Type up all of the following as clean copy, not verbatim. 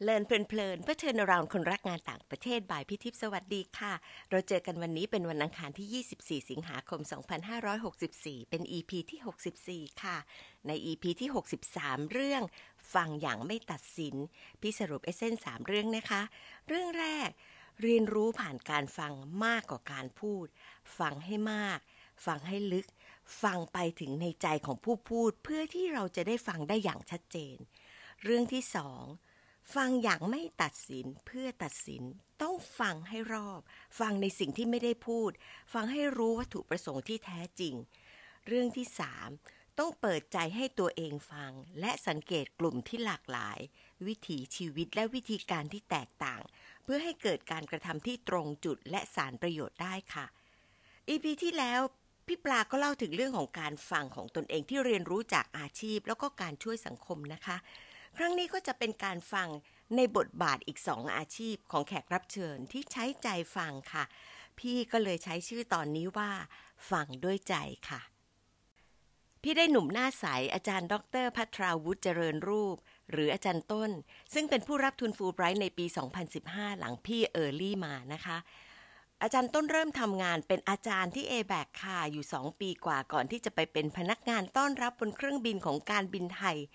เลินเพลินเพื่อเทิร์นอราวด์คนรักงานต่างประเทศบ่ายพี่ทิพย์สวัสดีค่ะเราเจอกันวันนี้เป็นวันอังคารที่24สิงหาคม2564เป็น EP ที่64ค่ะใน EP ที่63เรื่องฟังอย่างไม่ตัดสินพี่สรุปเอเซนส์3เรื่องนะคะเรื่องแรกเรียนรู้ผ่านการฟังมากกว่าการพูดฟังให้มากฟังให้ลึกฟังไปถึงในใจของผู้พูดเพื่อที่เราจะได้ฟังได้อย่างชัดเจนเรื่องที่2ฟังอย่างไม่ตัดสินเพื่อตัดสินต้องฟังให้รอบฟังในสิ่งที่ไม่ได้พูดฟังให้รู้วัตถุประสงค์ที่แท้จริงเรื่องที่3ต้องเปิดใจให้ตัวเองฟังและสังเกตกลุ่มที่หลากหลายวิถีชีวิตและวิธีการที่แตกต่างเพื่อให้เกิดการกระทำที่ตรงจุดและสานประโยชน์ได้ค่ะ EP ที่แล้วพี่ปลาก็เล่าถึงเรื่องของการฟังของตนเองที่เรียนรู้จากอาชีพแล้วก็การช่วยสังคมนะคะครั้งนี้ก็จะเป็นการฟังในบทบาทอีก2อาชีพของแขกรับเชิญที่ใช้ใจฟังค่ะพี่ก็เลยใช้ชื่อตอนนี้ว่าฟังด้วยใจค่ะพี่ได้หนุ่มหน้าใสอาจารย์ดร.ภัทราวุฒิเจริญรูปหรืออาจารย์ต้นซึ่งเป็นผู้รับทุนฟูลไบรท์ในปี 2015 หลังพี่เออร์ลี่มานะคะอาจารย์ต้นเริ่มทำงานเป็นอาจารย์ที่ ABAC ค่ะอยู่2ปีกว่าก่อนที่จะไปเป็นพนักงานต้อนรับบนเครื่องบินของการบินไทย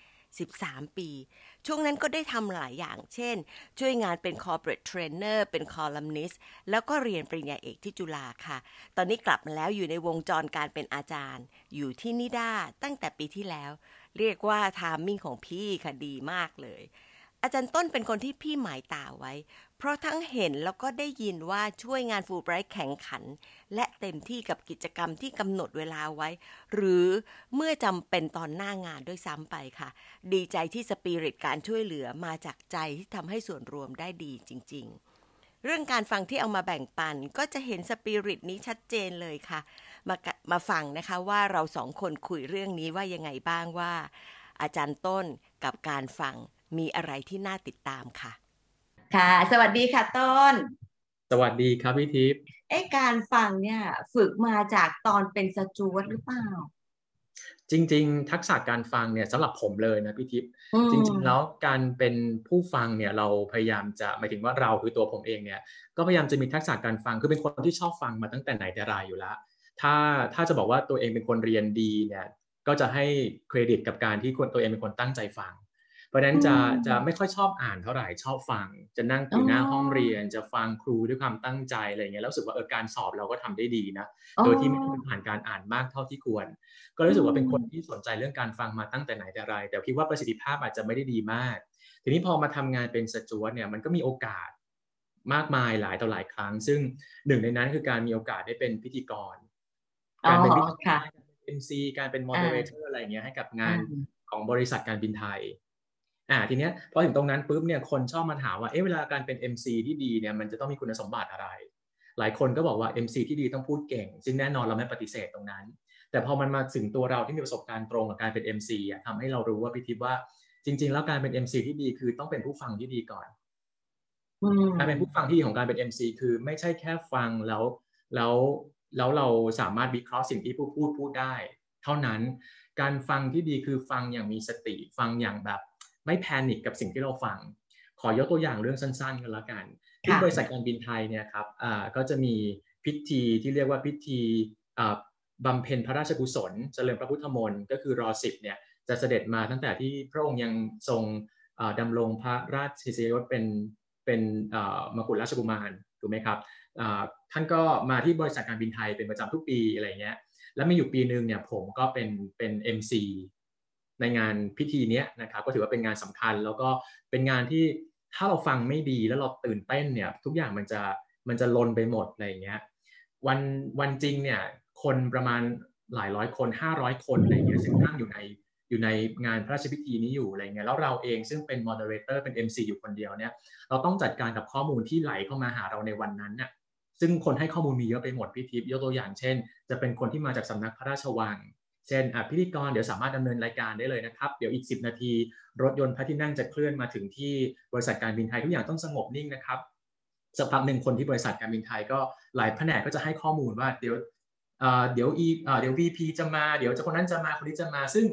13ปีช่วงนั้นก็ได้ทำหลายอย่างเช่นช่วยงานเป็น corporate trainer เป็น columnist แล้วก็เรียนปริญญาเอกที่จุฬาค่ะตอนนี้กลับมาแล้วอยู่ในวงจรการเป็นอาจารย์อยู่ที่นิด้าตั้งแต่ปีที่แล้วเรียกว่าไทมิ่งของพี่ค่ะดีมากเลยอาจารย์ต้นเป็นคนที่พี่หมายตาไว้เพราะทั้งเห็นแล้วก็ได้ยินว่าช่วยงานฟูลไบรท์แข่งขันและเต็มที่กับกิจกรรมที่กำหนดเวลาไว้หรือเมื่อจำเป็นตอนหน้างานด้วยซ้ำไปค่ะดีใจที่สปิริตการช่วยเหลือมาจากใจที่ทำให้ส่วนรวมได้ดีจริงๆเรื่องการฟังที่เอามาแบ่งปันก็จะเห็นสปิริตนี้ชัดเจนเลยค่ะมาฟังนะคะว่าเราสองคนคุยเรื่องนี้ว่ายังไงบ้างว่าอาจารย์ต้นกับการฟังมีอะไรที่น่าติดตามค่ะค่ะสวัสดีค่ะต้นสวัสดีครับพี่ทิพย์การฟังเนี่ยฝึกมาจากตอนเป็นสจ๊วตหรือเปล่าจริงๆทักษะการฟังเนี่ยสำหรับผมเลยนะพี่ทิพย์อืจริงๆแล้วมการเป็นผู้ฟังเนี่ยเราพยายามจะหมายถึงว่าเราคือตัวผมเองเนี่ยก็พยายามจะมีทักษะการฟังคือเป็นคนที่ชอบฟังมาตั้งแต่ไหนแต่ไรอยู่แล้วถ้าจะบอกว่าตัวเองเป็นคนเรียนดีเนี่ยก็จะให้เครดิตกับการที่ตัวเองเป็นคนตั้งใจฟังเพราะฉะนั้นอืจะไม่มค่อยชอบอ่านเท่าไหร่ชอบฟังจะนั่งอ๋อยู่หน้าห้องเรีอยนจะฟังครูด้วยความตั้งใจอะไรเงี้ยแล้วรู้สึกว่าการสอบเราก็ทำได้ดีนะอ๋โดยที่ไม่ต้องอผ่านการอ่านมากเท่าที่ควร ก็อืรู้สึกว่าเป็นคนที่มสนใจเรื่องการฟังมาตั้งแต่ไหนแต่ไรแต่คิดว่าประสิทธิภาพอาจจะไม่ได้ดีมากทีนี้พอมาทำงานเป็นสจ๊วตเนี่ยมันก็มีโอกาสมากมายหลายต่อหลายครั้งซึ่งหนึ่งในนั้นคือการมีโอกาสได้เป็นพิธีกรอ๋อการเป็นพิธีกรค่ะการเป็น MC การเป็นอ่า moderator อะไรเงี้ยให้กับอ่งานาของบริษัทการบินไทยทีเนี้ยพอถึงตรงนั้นปุ๊บเนี่ยคนชอบมาถามว่าเวลาการเป็น MC ที่ดีเนี่ยมันจะต้องมีคุณสมบัติอะไรหลายคนก็บอกว่า MC ที่ดีต้องพูดเก่งซึ่งแน่นอนเราไม่ปฏิเสธตรงนั้น แต่พอมันมาถึงตัวเราที่มีประสบการณ์ตรงกับการเป็น MC อ่ะทำให้เรารู้ว่าพี่ทิพย์ว่าจริงๆแล้วการเป็น MC ที่ดีคือต้องเป็นผู้ฟังที่ดีก่อนอืการเป็นผู้ฟัมงที่ดีของการเป็น MC คือไม่ใช่แค่ฟังแล้วแล้วเราสามารถวิเคราะห์สิ่งที่ผู้พูดได้เท่านั้นการฟังที่ดีคือฟังอย่างมีสติฟังอย่างแบบไม่แพนิคกับสิ่งที่เราฟังขอยกตัวอย่างเรื่องสั้นๆกันละกันที่บริษัทค่ะการบินไทยเนี่ยครับก็จะมีพิธีที่เรียกว่าพิธีบำเพ็ญพระราชกุศลเจริญพระพุทธมนต์ก็คือร.10เนี่ยจะเสด็จมาตั้งแต่ที่พระองค์ยังทรงดำรงพระราชอิสริยยศเป็นมกุฎราชกุมารถูกไหมครับท่านก็มาที่บริษัทการบินไทยเป็นประจำทุกปีอะไรเงี้ยแล้วมีอยู่ปีหนึ่งเนี่ยผมก็เป็น MC ในงานพิธีนี้นะครับก็ถือว่าเป็นงานสำคัญแล้วก็เป็นงานที่ถ้าเราฟังไม่ดีแล้วเราตื่นเต้นเนี่ยทุกอย่างมันจะลนไปหมดอะไรเงี้ยวันวันจริงเนี่ยคนประมาณหลายร้อยคน500คนอะไรเงี้ยซึ่งนั่งอยู่ในงานพระราชพิธีนี้อยู่อะไรเงี้ยแล้วเราเองซึ่งเป็น moderator เป็น MC อยู่คนเดียวเนี่ยเราต้องจัดการกับข้อมูลที่ไหลเข้ามาหาเราในวันนั้นน่ะซึ่งคนให้ข้อมูลมีเยอะไปหมดพี่ทิพย์ยกตัวอย่างเช่นจะเป็นคนที่มาจากสำนักพระราชวังเช่นพิธีกรเดี๋ยวสามารถดำเนินรายการได้เลยนะครับเดี๋ยวอีก10นาทีรถยนต์พระที่นั่งจะเคลื่อนมาถึงที่บริษัทการบินไทยทุกอย่างต้องสงบนิ่งนะครับสักพักหนึ่งคนที่บริษัทการบินไทยก็หลายแผนกก็จะให้ข้อมูลว่าเดี๋ยวVP จะมาเดี๋ยวคนนั้นจะมาคนนี้จะมาซึ่ง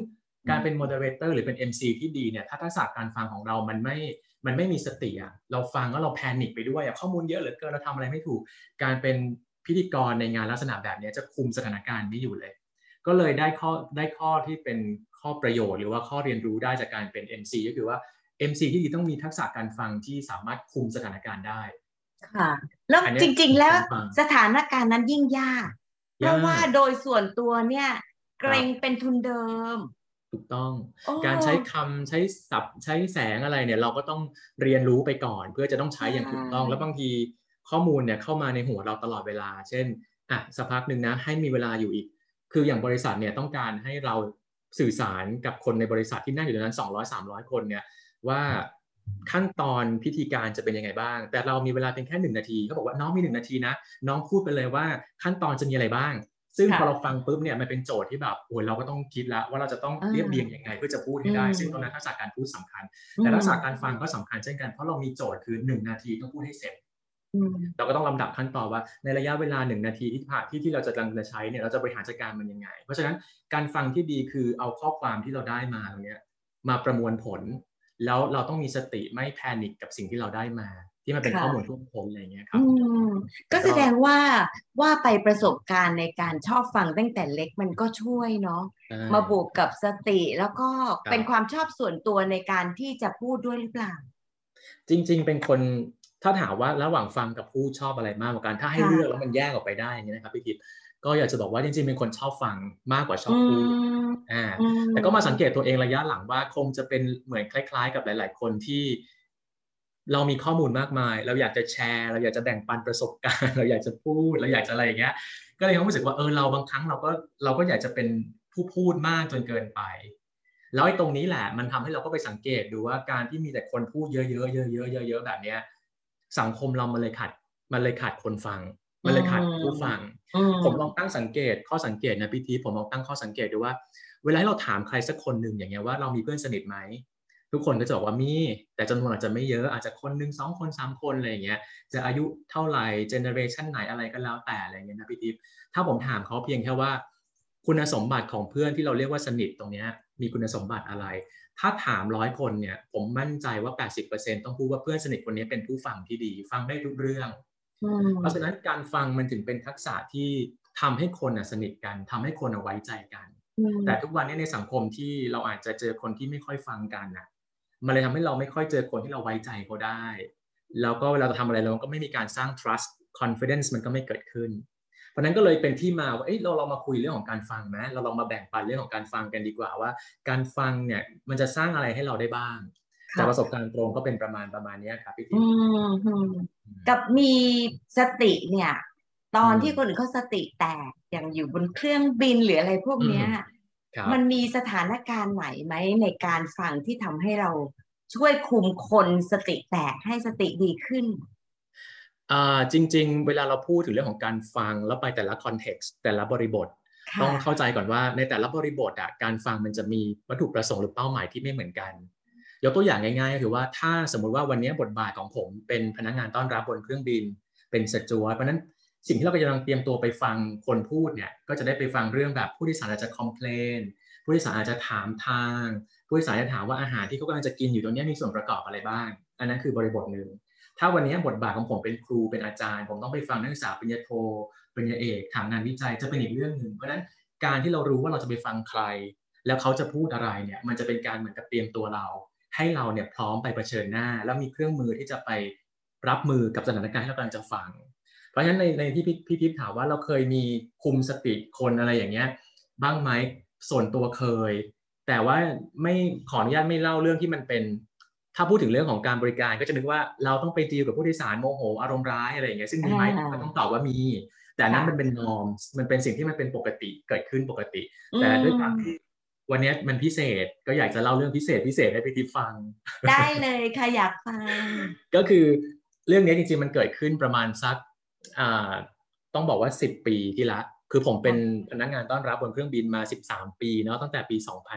การเป็น moderator หรือเป็น MC ที่ดีเนี่ยถ้าทักษะการฟังของเรามันไม่มีสติอ่ะเราฟังแล้วเราแพนิคไปด้วยอ่ะข้อมูลเยอะเหลือเกินเราทำอะไรไม่ถูกการเป็นพิธีกรในงานลักษณะแบบนี้จะคุมสถานการณ์ไม่อยู่เลยก็เลยได้ข้อที่เป็นข้อประโยชน์หรือว่าข้อเรียนรู้ได้จากการเป็น MC ก็คือว่า MC ที่ดีต้องมีทักษะการฟังที่สามารถคุมสถานการณ์ได้ค่ะแล้วอันนี้จริงๆแล้วการฟังสถานการณ์นั้นยิ่งยากเพยราะว่าากโดยส่วนตัวเนี่ยเกครับรงเป็นทุนเดิมถูกต้องโอ้การใช้คำใช้ศัพท์ใช้แสงอะไรเนี่ยเราก็ต้องเรียนรู้ไปก่อนเพื่อจะต้องใชใช้อย่างถูกต้องแล้ว่บางทีข้อมูลเนี่ยเข้ามาในหัวเราตลอดเวลาเช่นสักพักหนึ่งนะให้มีเวลาอยู่อีกคืออย่างบริษัทเนี่ยต้องการให้เราสื่อสารกับคนในบริษัทที่นั่งอยู่ตรงนั้น200-300คนเนี่ยว่าขั้นตอนพิธีการจะเป็นยังไงบ้างแต่เรามีเวลาเพียงแค่1 นาทีเขาบอกว่าน้องมี1 นาทีนะน้องพูดไปเลยว่าขั้นตอนจะมีอะไรบ้างซึ่งพอเราค่ะฟังปุ๊บเนี่ยมันเป็นโจทย์ที่แบบโอ้ยเราก็ต้องคิดแล้วว่าเราจะต้องอ่เรียบเรียงายังไงเพื่อจะพูดอืให้ได้ซึ่งตรงนั้นมทักษะการพูดสำคัญอืแต่ทักษะการมฟังก็สำคัญเช่นกันเพราะเรามีโจทย์คือ1 นาทีต้องพูดให้เสร็จอืมเราก็ต้องลำดับขั้นตอนว่าในระยะเวลา1 นาทีที่เราจะกำลังจะใช้เนี่ยเราจะบริหารจัดการมันยังไงเพราะฉะนั้นการฟังที่ดีคือเอาข้อความที่เราได้มาตรงนี้มาประมวลผลแล้วเราต้องมีสติไม่แพนิคกับสิ่งที่เราได้มาที่มันเป็นข้อมูลค่ะท่วมท้นอะไรอย่างเงี้ยคอืรับมก็แสก็ดงว่าไปประสบการณ์ในการชอบฟังตั้งแต่เล็กมันก็ช่วยเนาะใช่มาบวกกับสติแล้วก็ครับเป็นความชอบส่วนตัวในการที่จะพูดด้วยหรือเปล่าจริงๆเป็นคนถ้าถามว่าระหว่างฟังกับพูดชอบอะไรมากกว่ากันถ้าให้เลือกแล้วค่ะมันแยกออกไปได้อย่างนี้นะครับพี่ทิพย์ก็อยากจะบอกว่าจริงๆเป็นคนชอบฟังมากกว่าชอือบพูดมอ่าอืแต่ก็มาสังเกตมตัวเองระยะหลังว่าคงจะเป็นเหมือนคล้ายๆกับหลายๆคนที่เรามีข้อมูลมากมายเราอยากจะแชร์เราอยากจะแบ่งปันประสบการณ์เราอยากจะพูดเราอยากจะอะไรอย่างเงี้ยก็เลยรู้สึกว่าเราบางครั้งเราก็อยากจะเป็นผู้พูดมากจนเกินไป แล้วไอ้ตรงนี้แหละมันทำให้เราก็ไปสังเกตดูว่าการที่มีแต่คนพูดเยอะๆเยอะๆเยอะๆแบบเนี้ยสังคมเรามันเลยขาดคนฟังอืมันเลยขาดผู้ฟังมอืผมลองมตั้งสังเกตข้อสังเกตนะพี่ทีผมลองตั้งข้อสังเกตดูว่าเวลาเราถามใครสักคนหนึ่งอย่างเงี้ยว่าเรามีเพื่อนสนิทไหมทุกคนก็จะบอกว่ามีแต่จำนวนอาจจะไม่เยอะอาจจะคนหนึ่ง2 คน3 คนอะไรอย่างเงี้ยจะอายุเท่าไหร่เจเนอเรชันไหนอะไรก็แล้วแต่อะไรอย่างเงี้ยนะพี่ทีถ้าผมถามเขาเพียงแค่ว่าคุณสมบัติของเพื่อนที่เราเรียกว่าสนิทตรงนี้มีคุณสมบัติอะไรถ้าถาม100 คนเนี่ยผมมั่นใจว่า80%ต้องพูดว่าเพื่อนสนิทคนนี้เป็นผู้ฟังที่ดีฟังได้ทุกเรื่องอืเพราะฉะนั้นมการฟังมันถึงเป็นทักษะที่ทำให้คนสนิทกันทำให้คนไว้ใจกันอืแต่ทุมกวันนี้ในสังคมที่เราอาจจะเจอคนที่ไม่ค่อยฟังกันมันเลยทำให้เราไม่ค่อยเจอคนที่เราไว้ใจเขาได้แล้วก็เวลาเราทำอะไรเราก็ไม่มีการสร้าง trust confidence มันก็ไม่เกิดขึ้น เพราะนั้นก็เลยเป็นที่มาว่าเราลองมาคุยเรื่องของการฟังไหมเราลองมาแบ่งปันเรื่องของการฟังกันดีกว่าว่าการฟังเนี่ยมันจะสร้างอะไรให้เราได้บ้างจากประสบค่ะการณ์ตรงก็เป็นประมาณนี้ครับพี่อืทิพย์มอืมกับมีสติเนี่ยตออืมนที่คนอื่นเขาสติแตกอย่างอยู่บนเครื่องบินหรืออะไรพวกอืมเนี้ยครับมันมีสถานการณ์ไหนไหมในการฟังที่ทำให้เราช่วยคุมคนสติแตกให้สติดีขึ้นจริงๆเวลาเราพูดถึงเรื่องของการฟังแล้วไปแต่ละคอนเท็กซ์แต่ละบริบทต้องเข้าค่ะใจก่อนว่าในแต่ละบริบทการฟังมันจะมีวัตถุประสงค์หรือเป้าหมายที่ไม่เหมือนกันยกตัวอย่างง่ายๆก็คือว่าถ้าสมมุติว่าวันนี้บทบาทของผมเป็นพนักงานต้อนรับบนเครื่องบินเป็นสจ๊วตเพราะนั้นสิ่งที่เรากำลังเตรียมตัวไปฟังคนพูดเนี่ยก็จะได้ไปฟังเรื่องแบบผู้โดยสารอาจจะคอมเพลนผู้โดยสารอาจจะถามทางผู้โดยสารจะถามว่าอาหารที่เขากำลังจะกินอยู่ตรงนี้มีส่วนประกอบอะไรบ้างอันนั้นคือบริบทหนึ่ง ถ้าวันนี้บทบาทของผมเป็นครูเป็นอาจารย์ผมต้องไปฟังนักศึกษาปริญญาโทปริญญาเอกถามงานวิจัยจะเป็นอีกเรื่องหนึ่งเพราะฉะนั้นการที่เรารู้ว่าเราจะไปฟังใครแล้วเขาจะพูดอะไรเนี่ยมันจะเป็นการเหมือนกับเตรียมตัวเราให้เราเนี่ยพร้อมไปเผชิญหน้าแล้วมีเครื่องมือที่จะไปรับมือกับสถานการณ์ที่เรากำลังจะฟังเพราะฉะนั้นในที่พี่ทิพย์ถามว่าเราเคยมีคุมสติคนอะไรอย่างเงี้ยบ้างไหมส่วนตัวเคยแต่ว่าไม่ขออนุญาตไม่เล่าเรื่องที่มันเป็น ถ้าพูดถึงเรื่องของการบริการก็จะนึกว่าเราต้องไปดีลกับผู้โดยสารโมโหอารมณ์ร้ายอะไรอย่างเงี้ยซึ่งอ่มีไหมก็ต้องาตอบว่ามีแต่นั้นมันเป็นค่ะนอร์มมันเป็นสิ่งที่มันเป็นปกติเกิดขึ้นปกติอืแต่ด้วยความที่มวันนี้มันพิเศษก็อยากจะเล่าเรื่องพิเศษให้พี่ทิพย์ฟังได้เลยค่ะอยากฟังก็คือเรื่องนี้จริงๆมันเกิดขึ้นประมาณสักอ่าต้องบอกว่า10 ปีที่ละคือผมเป็นพนักงานต้อนรับบนเครื่องบินมา13 ปีเนาะตั้งแต่ปี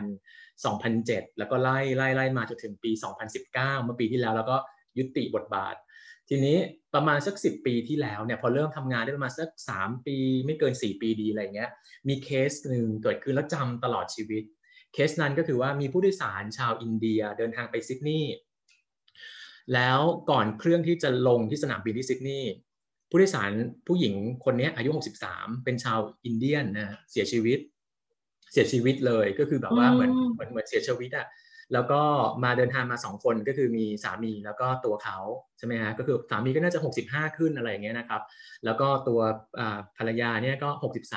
2007แล้วก็ไล่มาจนถึงปี2019เมื่อปีที่แล้วก็ยุติบทบาททีนี้ประมาณสัก10 ปีที่แล้วเนี่ยพอเริ่มทำงานได้ประมาณสัก3 ปีไม่เกิน4 ปีดีอะไรเงี้ยมีเคสหนึ่งเกิดขึ้นแล้วจำตลอดชีวิตเคสนั้นก็คือว่ามีผู้โดยสารชาวอินเดียเดินทางไปซิดนีย์แล้วก่อนเครื่องที่จะลงที่สนามบินที่ซิดนีย์ผู้โดยสารผู้หญิงคนนี้อายุ63เป็นชาวอินเดียนนะเสียชีวิตเลยก็คือแบบว่าเหมือนเสียชีวิตอ่ะแล้วก็มาเดินทางมา2คนก็คือมีสามีแล้วก็ตัวเขาใช่ไหมฮะก็คือสามีก็น่าจะ65ขึ้นอะไรอย่างเงี้ยนะครับแล้วก็ตัวภรรยาเนี่ยก็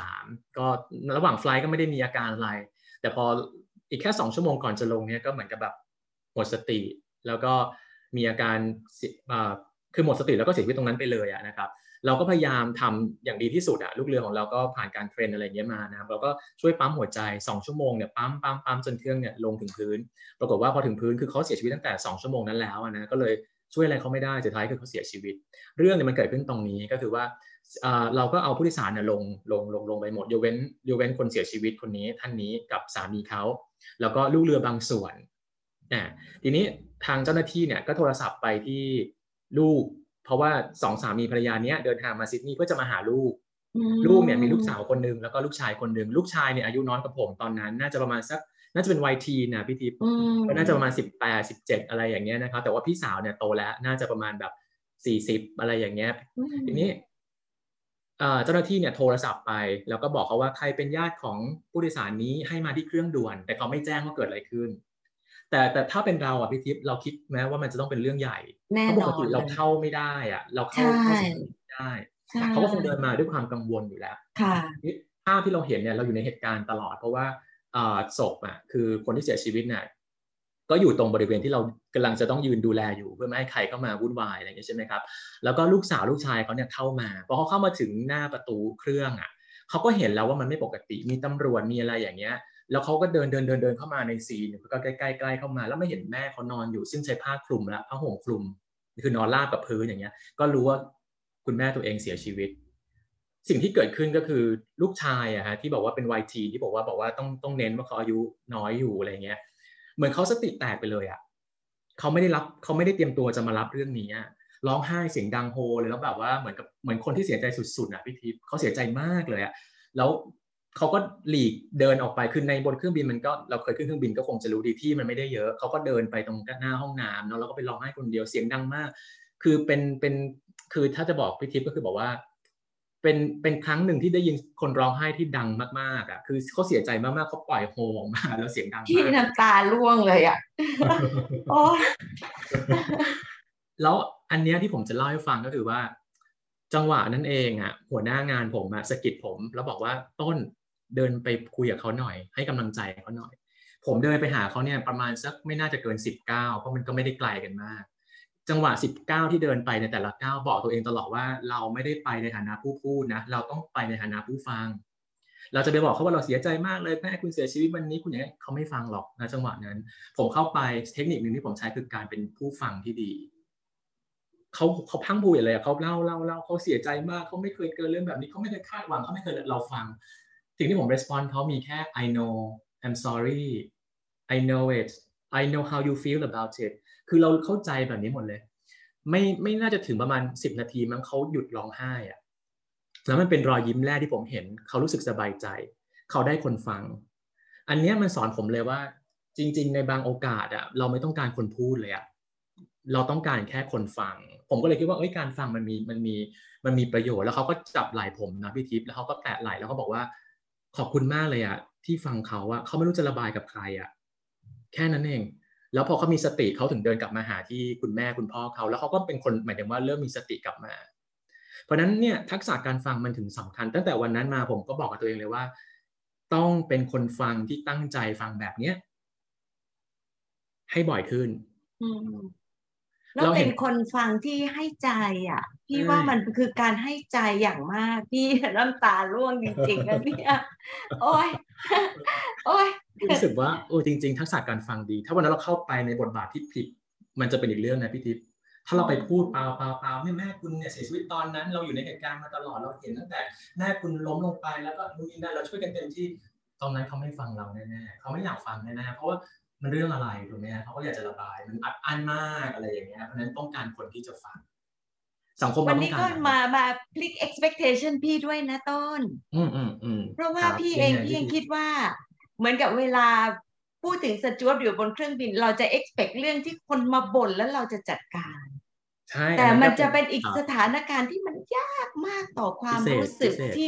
63ก็ระหว่างไฟล์ก็ไม่ได้มีอาการอะไรแต่พออีกแค่2ชั่วโมงก่อนจะลงเนี่ยก็เหมือนกับแบบหมดสติแล้วก็มีอาการคือหมดสติแล้วก็เสียชีวิตตรงนั้นไปเลยนะครับเราก็พยายามทำอย่างดีที่สุดลูกเรือของเราก็ผ่านการเทรนอะไรเงี้ยมานะครับเราก็ช่วยปั๊มหัวใจ2ชั่วโมงเนี่ยปั๊มจนเครื่องเนี่ยลงถึงพื้นปรากฏว่าพอถึงพื้นคือเขาเสียชีวิตตั้งแต่2ชั่วโมงนั้นแล้วนะก็เลยช่วยอะไรเขาไม่ได้สุดท้ายคือเขาเสียชีวิตเรื่องเนี่ยมันเกิดขึ้นตรงนี้ก็คือว่าเราก็เอาผู้โดยสารเนี่ยลงไปหมดยกเว้นคนเสียชีวิตคนนี้ท่านนี้กับสามีเขาแล้วก็ลูกเรือบางส่วนทีนี้ทางเจ้าหน้าที่เนี่ยก็โทรศัพท์ไปที่ลูกเพราะว่า2สามีภรรยาเนี้ยเดินทางมาซิดนีย์เพื่อจะมาหาลูกเนี่ยมีลูกสาวคนนึงแล้วก็ลูกชายคนนึงลูกชายเนี่ยอายุน้อยกว่าผมตอนนั้นน่าจะประมาณสักน่าจะเป็นวัยทีนนะพี่ทิพย์ก็น่าจะประมาณ18 17อะไรอย่างเงี้ยนะครับแต่ว่าพี่สาวเนี่ยโตแล้วน่าจะประมาณแบบ40อะไรอย่างเงี้ยทีนี้เจ้าหน้าที่เนี่ยโทรศัพท์ไปแล้วก็บอกเขาว่าใครเป็นญาติของผู้โดยสารนี้ให้มาที่เครื่องด่วนแต่เขาไม่แจ้งว่าเกิดอะไรขึ้นแต่ถ้าเป็นเราพี่ทิพย์เราคิดแม้ว่ามันจะต้องเป็นเรื่องใหญ่เพราะปกติเราเข้าไม่ได้เราเข้าไม่ได้เขาก็คงเดินมาด้วยความกังวลอยู่แล้วภาพที่เราเห็นเนี่ยเราอยู่ในเหตุการณ์ตลอดเพราะว่าศพคือคนที่เสียชีวิตเนี่ยก็อยู่ตรงบริเวณที่เรากำลังจะต้องยืนดูแลอยู่เพื่อไม่ให้ใครเข้ามาวุ่นวายอะไรอย่างนี้ใช่ไหมครับแล้วก็ลูกสาวลูกชายเขาเนี่ยเข้ามาพอเขาเข้ามาถึงหน้าประตูเครื่องเขาก็เห็นแล้วว่ามันไม่ปกติมีตำรวจมีอะไรอย่างเงี้ยแล้วเขาก็เดินเข้ามาในซีนก็ใกล้เข้ามาแล้วไม่เห็นแม่เขานอนอยู่ซึ่งใช้ผ้าคลุมแล้วผ้าห่มคลุมคือนอนราบกับพื้นอย่างเงี้ยก็รู้ว่าคุณแม่ตัวเองเสียชีวิตสิ่งที่เกิดขึ้นก็คือลูกชายที่บอกว่าเป็นวัยทีที่บอกว่าต้องเน้นว่าเขาอายุน้อยอยู่อะไรเงี้ยเหมือนเขาสติแตกไปเลยเขาไม่ได้เตรียมตัวจะมารับเรื่องนี้ร้องไห้เสียงดังโฮเลยแล้วแบบว่าเหมือนคนที่เสียใจสุดๆพี่ทิพย์เขาเสียใจมากเลยแล้วเขาก็หลีกเดินออกไปคือในบนเครื่องบินมันก็เราเคยขึ้นเครื่องบินก็คงจะรู้ดีที่มันไม่ได้เยอะเขาก็เดินไปตรงหน้าห้องน้ำแล้วก็ไปร้องไห้คนเดียวเสียงดังมากคือคือถ้าจะบอกพี่ทิพย์ก็คือบอกว่าเป็นครั้งหนึ่งที่ได้ยินคนร้องไห้ที่ดังมากๆคือเขาเสียใจมากๆเขาปล่อยโฮออกมาแล้วเสียงดังมากที่น้ำตาร่วงเลยโอ้แล้วอันนี้ที่ผมจะเล่าให้ฟังก็คือว่าจังหวะนั้นเองหัวหน้างานผมสะกิดผมแล้วบอกว่าต้นเดินไปคุยกับเขาหน่อยให้กำลังใจเขาหน่อยผมเดินไปหาเขาเนี่ยประมาณสักไม่น่าจะเกิน19เพราะมันก็ไม่ได้ไกลกันมากจังหวะ19ที่เดินไปในแต่ละก้าวบอกตัวเองตลอดว่าเราไม่ได้ไปในฐานะผู้พูดนะเราต้องไปในฐานะผู้ฟังเราจะไปบอกเขาว่าเราเสียใจมากเลยแม่คุณเสียชีวิตวันนี้คุณอย่างนี้เขาไม่ฟังหรอกนะจังหวะนั้นผมเข้าไปเทคนิคนึงที่ผมใช้คือการเป็นผู้ฟังที่ดีเขาพังพูดเลยเขาเล่าเขาเสียใจมากเขาไม่เคยเกิดเรื่องแบบนี้เขาไม่เคยคาดหวังเขาไม่เคยเราฟังสิ่งที่ผม respond เขามีแค่ I know I'm sorry I know it I know how you feel about it คือเราเข้าใจแบบนี้หมดเลยไม่น่าจะถึงประมาณ10 นาทีมั้งเขาหยุดร้องไห้แล้วมันเป็นรอยยิ้มแรกที่ผมเห็นเขารู้สึกสบายใจเขาได้คนฟังอันนี้มันสอนผมเลยว่าจริงๆในบางโอกาสเราไม่ต้องการคนพูดเลยเราต้องการแค่คนฟังผมก็เลยคิดว่าการฟังมันมีประโยชน์แล้วเขาก็จับไหล่ผมนะพี่ทิพย์แล้วเขาก็แตะไหล่แล้วเขาบอกว่าขอบคุณมากเลยที่ฟังเขาเขาไม่รู้จะระบายกับใครแค่นั้นเองแล้วพอเขามีสติเขาถึงเดินกลับมาหาที่คุณแม่คุณพ่อเขาแล้วเขาก็เป็นคนหมายถึงว่าเริ่มมีสติกลับมาเพราะนั้นเนี่ยทักษะการฟังมันถึงสำคัญตั้งแต่วันนั้นมาผมก็บอกกับตัวเองเลยว่าต้องเป็นคนฟังที่ตั้งใจฟังแบบเนี้ยให้บ่อยขึ้นแล้วเป็นคนฟังที่ให้ใจพี่ว่ามันคือการให้ใจอย่างมากพี่น้ำตาร่วงจริงๆนะเนี่ยโอ้ยรู้สึกว่าจริงๆทักษะการฟังดีถ้าวันนั้นเราเข้าไปในบทบาทที่ผิดมันจะเป็นอีกเรื่องนะพี่ทิพย์ถ้าเราไปพูดเปล่าแม่คุณเนี่ยเสียชีวิตตอนนั้นเราอยู่ในเหตุการณ์มาตลอดเราเห็นตั้งแต่แม่คุณล้มลงไปแล้วก็นู่นนี่นั่นเราช่วยกันเต็มที่ตอนนั้นเขาไม่ฟังเราแน่ๆเขาไม่อยากฟังแน่ๆเพราะว่ามันเรื่องอะไรถูกไหมเขาก็อยากจะระบายมันอัดอั้นมากอะไรอย่างเงี้ยเพราะนั้นต้องการคนที่จะฟังสังคมวันนี้ก็มาพลิก expectation พี่ด้วยนะต้นเพราะว่าพี่เองคิดว่าเหมือนกับเวลาพูดถึงสจ๊วตอยู่บนเครื่องบินเราจะ expect เรื่องที่คนมาบ่นแล้วเราจะจัดการใช่อัแต่นนั้นมันก็เป็นจะเป็นอีกครับสถานการณ์ที่มันยากมากต่อควาพิเศษมรู้สึกพิเศษที่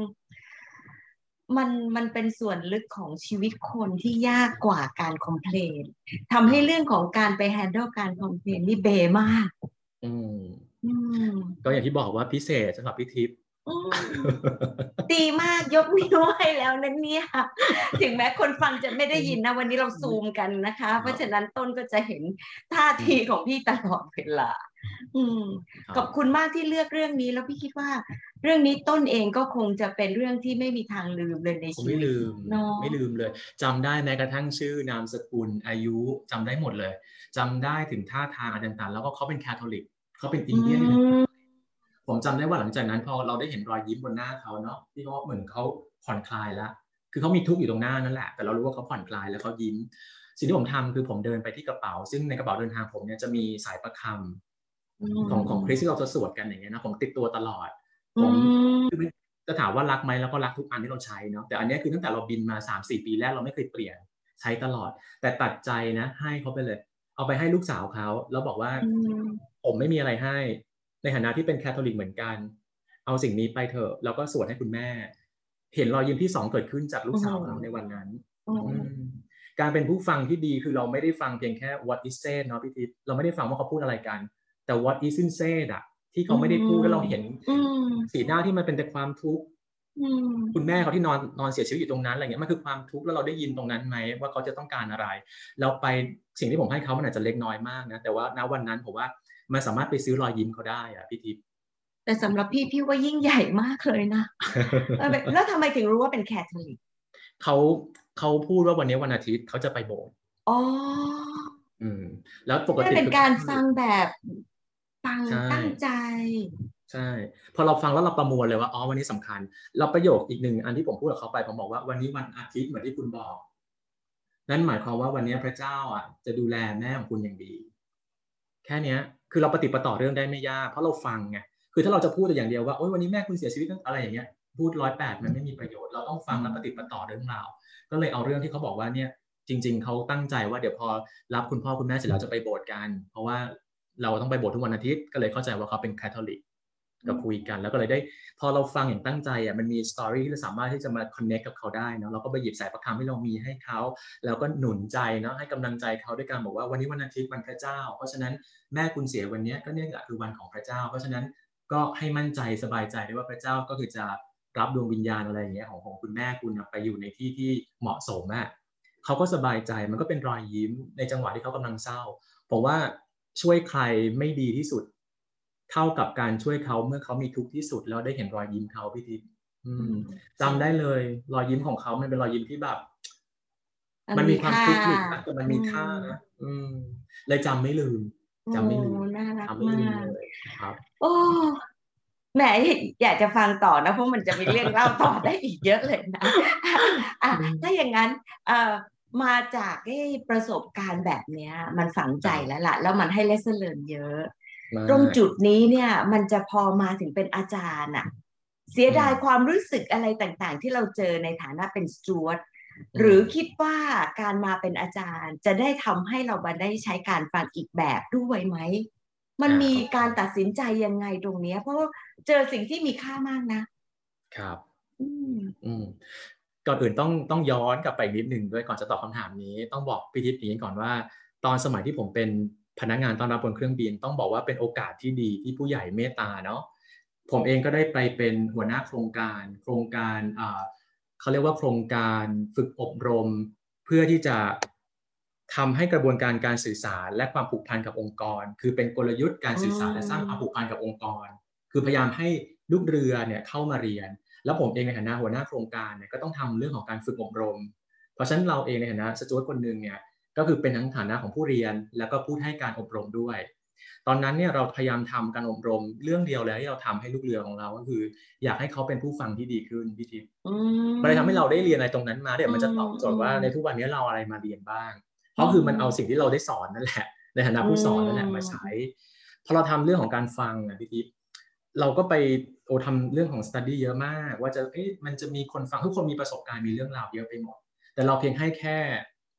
มันเป็นส่วนลึกของชีวิตคนที่ยากกว่าการคอมเพลนทำให้เรื่องของการไป handle การคอมเพลนนี่เบมากอืมอืมก็อย่างที่บอกว่าพิเศษสำหรับพี่ทิพย์อืม ดีมากยกนิ้วให้แล้วนะเนี่ยถึงแม้คนฟังจะไม่ได้ยินนะวันนี้เราซูมกันนะคะเพราะฉะนั้นต้นก็จะเห็นท่าทีของพี่ตลอดเวลาอืมขอบคุณมากที่เลือกเรื่องนี้แล้วพี่คิดว่าเรื่องนี้ต้นเองก็คงจะเป็นเรื่องที่ไม่มีทางลืมเลยในผมชีวิตไม่ลืมเนาะไม่ลืมเลยจำได้แม้กระทั่งชื่อนามสกุลอายุจำได้หมดเลยจำได้ถึงท่าทางอะไรต่างๆแล้วก็เขาเป็นแคทอลิกเขาเป็นอิอืนเดียนมผมจำได้ว่าหลังจากนั้นพอเราได้เห็นรอยยิ้มบนหน้าเขาเนาะที่เขาเหมือนเขาผ่อนคลายแล้วคือเขามีทุกข์อยู่ตรงหน้านั่นแหละแต่เรารู้ว่าเขาผ่อนคลายแล้วเขายิ้มสิ่งที่ผมทำคือผมเดินไปที่กระเป๋าซึ่งในกระเป๋าเดินทางผมเนี่ยจะมีสายประคอืำของคริสที่มเราจะสวดกันอย่างเงี้ยนะผมติดตัวตลอดอืผมคือมจะถามว่ารักไหมแล้วก็รักทุกอันที่เราใช้เนาะแต่อันนี้คือตั้งแต่เราบินมา 3-4 ปีแรกเราไม่เคยเปลี่ยนใช้ตลอดแต่ตัดใจนะให้เขาไปเลยเอาไปให้ลูกสาวเขาแล้วบอกว่าอืมผมไม่มีอะไรให้ในฐานะที่เป็นแคทอลิกเหมือนกัน เอาสิ่งนี้ไปเถอะแล้วก็สวดให้คุณแม่เห็นรอยยิ้มที่2เกิดขึ้นจากลูอืกสาวเราในมวันนั้นอือืมมการเป็นผู้ฟังที่ดีคือเราไม่ได้ฟังเพียงแค่ what is said เนาะพี่ทิพย์เราไม่ได้ฟังว่าเขาพูดอะไรกันแต่ what isn't said อะที่อืเขาไม่ได้พูดแล้วเราเห็นมอืสีมหน้าที่มันเป็นแต่ความทุกข์อืคุณแม่มเขาที่นอนเสียชีวิตอยู่ตรงนั้นอะไรเงี้ยมันคือความทุกข์แล้วเราได้ยินตรงนั้นไหมว่าเขาจะต้องการอะไรเราไปสิ่งที่ผมให้เขามันอาจจะเล็กน้อยมากนะแต่ว่าณวันนั้นผมว่ามันสามารถไปซื้อรอยยิ้มเขาได้อะพี่ทิพย์แต่สำหรับพี่ว่ายิ่งใหญ่มากเลยนะแล้วทำไมถึงรู้ว่าเป็นแคทอลิกเขาเขาพูดว่าวันนี้วันอาทิตย์เขาจะไปโบสถ์อ๋ออืมแล้วปกนี่เป็นติคือแคการฟัทอลิกงแบบฟังใช่ตั้งใจใช่พอเราฟังแล้วเราประมวลเลยว่าอ๋อวันนี้สำคัญเราประโยคอีกหนึ่งอันที่ผมพูดกับเขาไปผมบอกว่าวันนี้วันอาทิตย์เหมือนที่คุณบอกนั่นหมายความว่าวันนี้พระเจ้าอ่ะจะดูแลแม่ของคุณอย่างดีแค่เนี้ยคือเราปฏิปต่อเรื่องได้ไม่ยากเพราะเราฟังไงคือถ้าเราจะพูดแต่อย่างเดียวว่าโอ๊ยวันนี้แม่คุณเสียชีวิตอะไรอย่างเงี้ยพูด108มันไม่มีประโยชน์เราต้องฟังและปฏิปต่อเรื่องราวก็เลยเอาเรื่องที่เขาบอกว่าเนี่ยจริงๆเขาตั้งใจว่าเดี๋ยวพอรับคุณพ่อคุณแม่เสร็จแล้วจะไปโบสถ์กันเพราะว่าเราต้องไปโบสถ์ทุกวันอาทิตย์ก็เลยเข้าใจว่าเขาเป็นคาทอลิกก็คุยกันแล้วก็เลยได้พอเราฟังอย่างตั้งใจอ่ะมันมีสตอรี่ที่เราสามารถที่จะมาคอนเนคกับเขาได้เนาะเราก็ไปหยิบสายประคำที่เรามีให้เขาแล้วก็หนุนใจเนาะให้กำลังใจเขาด้วยการบอกว่าวันนี้วันอาทิตย์วันพระเจ้าเพราะฉะนั้นแม่คุณเสียวันนี้ก็เนี่ยแหละคือวันของพระเจ้าเพราะฉะนั้นก็ให้มั่นใจสบายใจได้ว่าพระเจ้าก็คือจะรับดวงวิญญาณอะไรอย่างเงี้ยของคุณแม่คุณไปอยู่ในที่ที่เหมาะสมอ่ะเขาก็สบายใจมันก็เป็นรอยยิ้มในจังหวะที่เขากำลังเศร้าผมว่าช่วยใครไม่ดีที่สุดเท่ากับการช่วยเขาเมื่อเขามีทุกข์ที่สุดแล้วได้เห็นรอยยิ้มเขาพี่ทิพย์อืมจจำริงได้เลยรอยยิ้มของเขามันเป็นรอยยิ้มที่แบบมันมันมีความมีค่าทุกข์อยู่นะแต่มันอืมีค่ามนะเลยจำไม่ลืมโอ้จำไม่ลืมน่ารักจำไม่มาลืมกเลยครับโอ้แหมอยากจะฟังต่อนะเพราะมันจะมีเรื่องเล่าต่อได้อีกเยอะเลยนะอ่ะถ้าอย่างนั้นเอ่อมาจากประสบการณ์แบบเนี้ยมันฝังใจแล้วครับล่ะแล้วมันให้ lesson learn เยอะมตรงากจุดนี้เนี่ยมันจะพอมาถึงเป็นอาจารย์อะเสียอืมดายความรู้สึกอะไรต่างๆที่เราเจอในฐานะเป็นสจวตอืมหรือคิดว่าการมาเป็นอาจารย์จะได้ทำให้เราได้ใช้การฟังอีกแบบด้วยไหมมันมีเข้าใจการตัดสินใจยังไงตรงเนี้ยเพราะว่าเจอสิ่งที่มีค่ามากนะครับอืมอืมก่อนอื่นต้องย้อนกลับไปอีกนิดหนึ่งด้วยก่อนจะตอบคำถามนี้ต้องบอกพี่ทิพย์อย่างนี้ก่อนว่าตอนสมัยที่ผมเป็นพนักงานต้อนรับบนเครื่องบินต้องบอกว่าเป็นโอกาสที่ดีที่ผู้ใหญ่เมตตาเนาะผมเองก็ได้ไปเป็นหัวหน้าโครงการเขาเรียกว่าโครงการฝึกอบรมเพื่อที่จะทำให้กระบวนการการสื่อสารและความผูกพันกับองค์กรคือเป็นกลยุทธ์การอืสื่อสารและสร้างความผูกมพันกับองค์กรคือพยายามให้ลูกเรือเนี่ยเข้ามาเรียน แล้วผมเองในฐานะหัวหน้าโครงการเนี่ยก็ต้องทำเรื่องของการฝึกอบรมเพราะฉะนั้นเราเองในฐานะสจ๊วตคนหนึ่งเนี่ยก็คือเป็นทั้งฐานะของผู้เรียนแล้วก็ผู้ให้การอบรมด้วยตอนนั้นเนี่ยเราพยายามทำการอบรมเรื่องเดียวเลยที่เราทำให้ลูกเรือของเราก็คืออยากให้เขาเป็นผู้ฟังที่ดีขึ้นพี่ทิพย์อืมันเลยทำให้เรามได้เรียนอะไรตรงนั้นมาเดี๋อืยวมันจะตอบโจทย์ว่าในทุกมวันนี้เราอะไรมาเรียนบ้างเพอืราะคือมันเอาสิ่งมที่เราได้สอนนั่นแหละในฐานะอืผู้สอนนั่นแหละมาใช้มพอเราทำเรื่องของการฟังพี่ทิพย์ เราก็ไปทำเรื่องของ study เยอะมากว่าจะมันจะมีคนฟังทุกคนมีประสบการณ์มีเรื่องราวเยอะไปหมดแต่เราเพียงให้แค่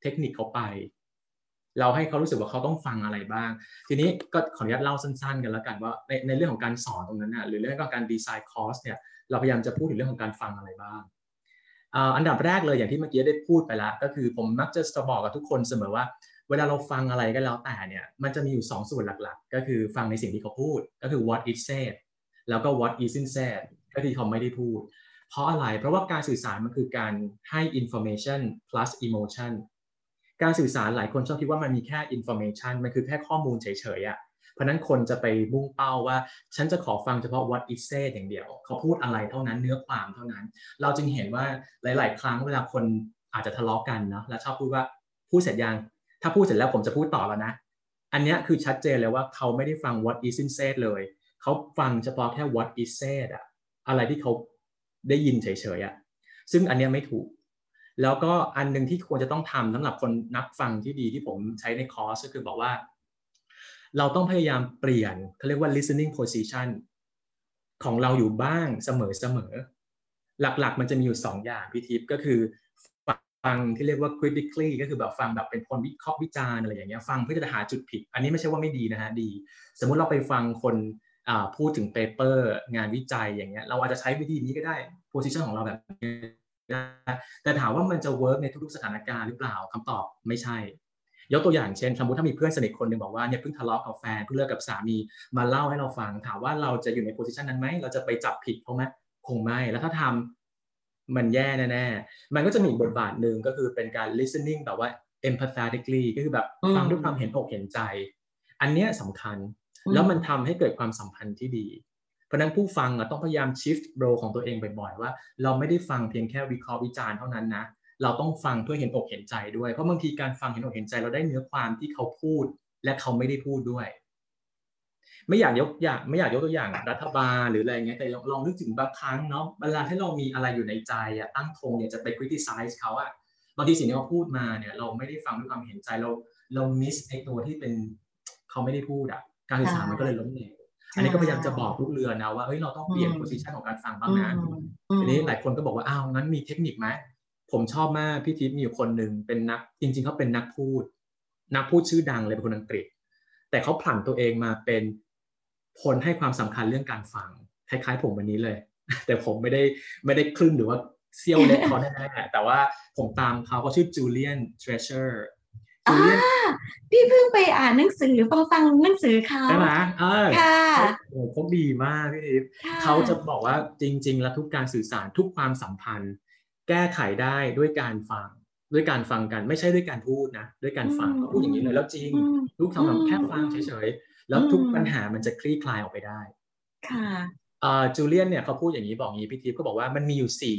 เทคนิคเขาไปเราให้เขารู้สึกว่าเขาต้องฟังอะไรบ้างทีนี้ก็ขออนุญาตเล่าสั้นๆกันแล้วกันว่าในเรื่องของการสอนตรงนั้นนะหรือเรื่องของการดีไซน์คอร์สเนี่ยเราพยายามจะพูดถึงเรื่องของการฟังอะไรบ้างอันดับแรกเลยอย่างที่เมื่อกี้ได้พูดไปแล้วก็คือผมมักจะบอกกับทุกคนเสมอว่าเวลาเราฟังอะไรก็แล้วแต่เนี่ยมันจะมีอยู่2ส่วนหลักๆก็คือฟังในสิ่งที่เขาพูดก็คือ what is said แล้วก็ what isn't said ก็ที่เขาไม่ได้พูดเพราะอะไรเพราะว่าการสื่อสารมันคือการให้ information plus emotion การสื่อสารหลายคนชอบคิดว่ามันมีแค่ information มันคือแค่ข้อมูลเฉยๆอ่ะเพราะนั้นคนจะไปมุ่งเป้าว่าฉันจะขอฟังเฉพาะ what is said อย่างเดียวเขาพูดอะไรเท่านั้นเนื้อความเท่านั้นเราจึงเห็นว่าหลายๆครั้งเวลาคนอาจจะทะเลาะกันเนาะแล้วชอบพูดว่าพูดเสร็จยังถ้าพูดเสร็จแล้วผมจะพูดต่อแล้วนะอันนี้คือชัดเจนเลยว่าเขาไม่ได้ฟัง what isn't said เลยเขาฟังเฉพาะแค่ what is said อะอะไรที่เขาได้ยินเฉยๆอะซึ่งอันนี้ไม่ถูกแล้วก็อันนึงที่ควรจะต้องทำสำหรับคนนักฟังที่ดีที่ผมใช้ในคอร์สก็คือบอกว่าเราต้องพยายามเปลี่ยนเขาเรียกว่า listening position ของเราอยู่บ้างเสมอหลักๆมันจะมีอยู่2อย่างพี่ทิพย์ก็คือฟังที่เรียกว่า critically ก็คือแบบฟังแบบเป็นคนวิเคราะห์วิจารณ์อะไรอย่างเงี้ยฟังเพื่อจะหาจุดผิดอันนี้ไม่ใช่ว่าไม่ดีนะฮะดีสมมุติเราไปฟังคนพูดถึงเปเปอร์งานวิจัยอย่างเงี้ยเราอาจจะใช้วิธีนี้ก็ได้ position ของเราแบบแต่ถามว่ามันจะ work ในทุกๆสถานการณ์หรือเปล่าคำตอบไม่ใช่ยกตัวอย่างเช่นสมมติถ้ามีเพื่อนสนิทคนหนึ่งบอกว่าเนี่ยเพิ่งทะเลาะกับแฟนเพิ่งเลิกกับสามีมาเล่าให้เราฟังถามว่าเราจะอยู่ใน position นั้นไหมเราจะไปจับผิดเขาไหมคงไม่แล้วถ้าทำมันแย่แน่ๆมันก็จะมีอีกบทบาทหนึ่งก็คือเป็นการ listening แบบว่า empathetically ก็คือแบบฟังด้วยความเห็นอกเห็นใจอันเนี้ยสำคัญแล้วมันทำให้เกิดความสัมพันธ์ที่ดีเพราะนั้นผู้ฟังต้องพยายาม shift role ของตัวเองบ่อยๆว่าเราไม่ได้ฟังเพียงแค่วิเคราะห์วิจารณ์เท่านั้นนะเราต้องฟังเพื่อเห็นอกเห็นใจด้วยเพราะบางทีการฟังเห็นอกเห็นใจเราได้เนื้อความที่เขาพูดและเขาไม่ได้พูดด้วยไม่อยากยกตัวอย่างรัฐบาลหรืออะไรเงี้ยแต่ลองนึกถึงบางครั้งเนาะเวลาที่เรามีอะไรอยู่ในใจตั้งธงอยากจะไป criticize เขาบางทีสิ่งที่เขาพูดมาเนี่ยเราไม่ได้ฟังด้วยความเห็นใจเรา miss ไอ้ตัวที่เป็นเขาไม่ได้พูดการสื่อสารมันก็เลยล้มเหลวอันนี้ก็พยายามจะบอกลูกเรือนะว่าเฮ้ยเราต้องเปลี่ยน position ของการฟังบ้างนะทีนี้หลายคนก็บอกว่าอ้าวงั้นมีเทคนิคไหมผมชอบมากพี่ทิพย์มีอยู่คนหนึ่งเป็นนักจริงๆเขาเป็นนักพูดชื่อดังเลยเป็นคนอังกฤษแต่เขาผลันตัวเองมาเป็นคนให้ความสำคัญเรื่องการฟังคล้ายๆผมวันนี้เลยแต่ผมไม่ได้ครึ่งหรือว่าเซี่ยวเล็กเขาแน่ๆแต่ว่าผมตามเขาชื่อจูเลียนเทรเชอร์พี่เพิ่งไปอ่านหนังสือฟังหนังสือเขาใช่ไหมค่ะเขาดีมากพี่ทิพย์เขาจะบอกว่าจริงๆแล้วทุกการสื่อสารทุกความสัมพันธ์แก้ไขได้ด้วยการฟังกันไม่ใช่ด้วยการพูดนะด้วยการฟังเขาพูดอย่างนี้เลยแล้วจริงทุกคำแค่ฟังเฉยๆแล้วทุกปัญหามันจะคลี่คลายออกไปได้ค่ะจูเลียนเนี่ยเขาพูดอย่างนี้บอกงี้พี่ทิพย์ก็บอกว่ามันมีอยู่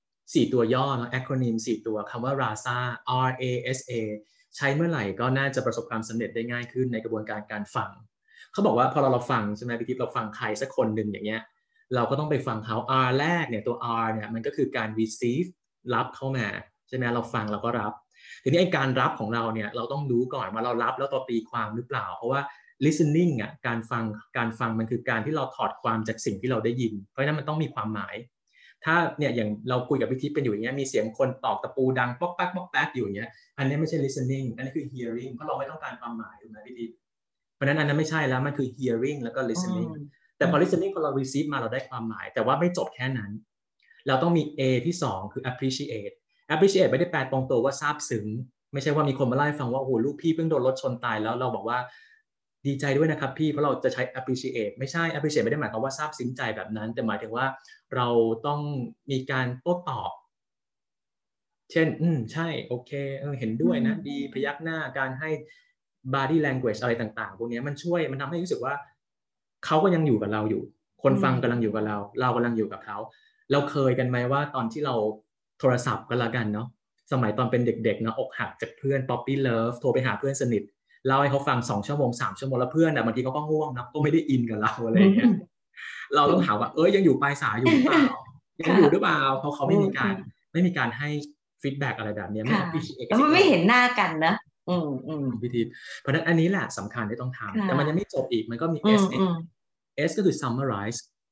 4ตัวย่อเนาะ acronym 4ตัวคำว่า RASA RASA ใช้เมื่อไหร่ก็น่าจะประสบความสำเร็จได้ง่ายขึ้นในกระบวนการการฟังเขาบอกว่าพอเราฟังใช่ไหมพี่ทิพย์เราฟังใครสักคนหนึ่งอย่างเงี้ยเราก็ต้องไปฟังเขา R แรกเนี่ยตัว R เนี่ยมันก็คือการ receive รับเข้ามาใช่ไหมเราฟังเราก็รับทีนี้ไอ้การรับของเราเนี่ยเราต้องรู้ก่อนว่าเรารับแล้วเราตีความหรือเปล่าเพราะว่า listening การฟังมันคือการที่เราถอดความจากสิ่งที่เราได้ยินเพราะฉะนั้นมันต้องมีความหมายถ้าเนี่ยอย่างเราคุยกับพี่ทิพย์เป็นอยู่อย่างเงี้ยมีเสียงคนตอกตะปูดังป๊อกแป๊กป๊อกแป๊กอยู่อย่างเงี้ยอันนี้ไม่ใช่ listening อันนี้คือ hearing เพราะเราไม่ต้องการความหมายถูกไหมพี่ทิพย์เพราะนั้นอันนั้นไม่ใช่แล้วมันคือ hearing แล้วก็ listening แต่พอ listening พอเรา receive มาเราได้ความหมายแต่ว่าไม่จบแค่นั้นเราต้องมี A ที่2คือ appreciate ไม่ได้แปลตรงตัวว่าซาบซึ้งไม่ใช่ว่ามีคนมาเล่าให้ฟังว่าโอ้โหลูกพี่เพิ่งโดนรถชนตายแล้วเราบอกว่าดีใจด้วยนะครับพี่เพราะเราจะใช้ appreciate ไม่ใช่ appreciate ไม่ได้หมายความว่าซาบซึ้งใจแบบนั้นแต่หมายถึงว่าเราต้องมีการโต้ตอบเช่นใช่โอเคเห็นด้วยนะดีพยักหน้าการให้ body language อะไรต่างๆพวกนี้มันช่วยมันทำให้รู้สึกว่าเขาก็ยังอยู่กับเราอยู่คนฟังกำลังอยู่กับเรากำลังอยู่กับเขาเราเคยกันไหมว่าตอนที่เราโทรศัพท์ก็แล้วกันเนาะสมัยตอนเป็นเด็กๆเนาะอกหักจากเพื่อน Poppy Love โทรไปหาเพื่อนสนิทเล่าให้เขาฟัง2 ชั่วโมง 3 ชั่วโมงแล้วเพื่อนบางทีเขาก็ง่วงนะก็ไม่ได้อินกับเราอะไรอย่างเงี้ยเราต้องถามว่ายังอยู่ปลายสายอยู่หรือเปล่ายังอยู่หรือเปล่าเพราะเขาไม่มีการให้ฟีดแบ็กอะไรแบบนี้ไม่ appreciate แล้วมันไม่เห็นหน้ากันนะพิธีเพราะฉะนั้นอันนี้แหละสำคัญที่ต้องทำแต่มันยังไม่จบอีกมันก็มี S ก็คือ summarize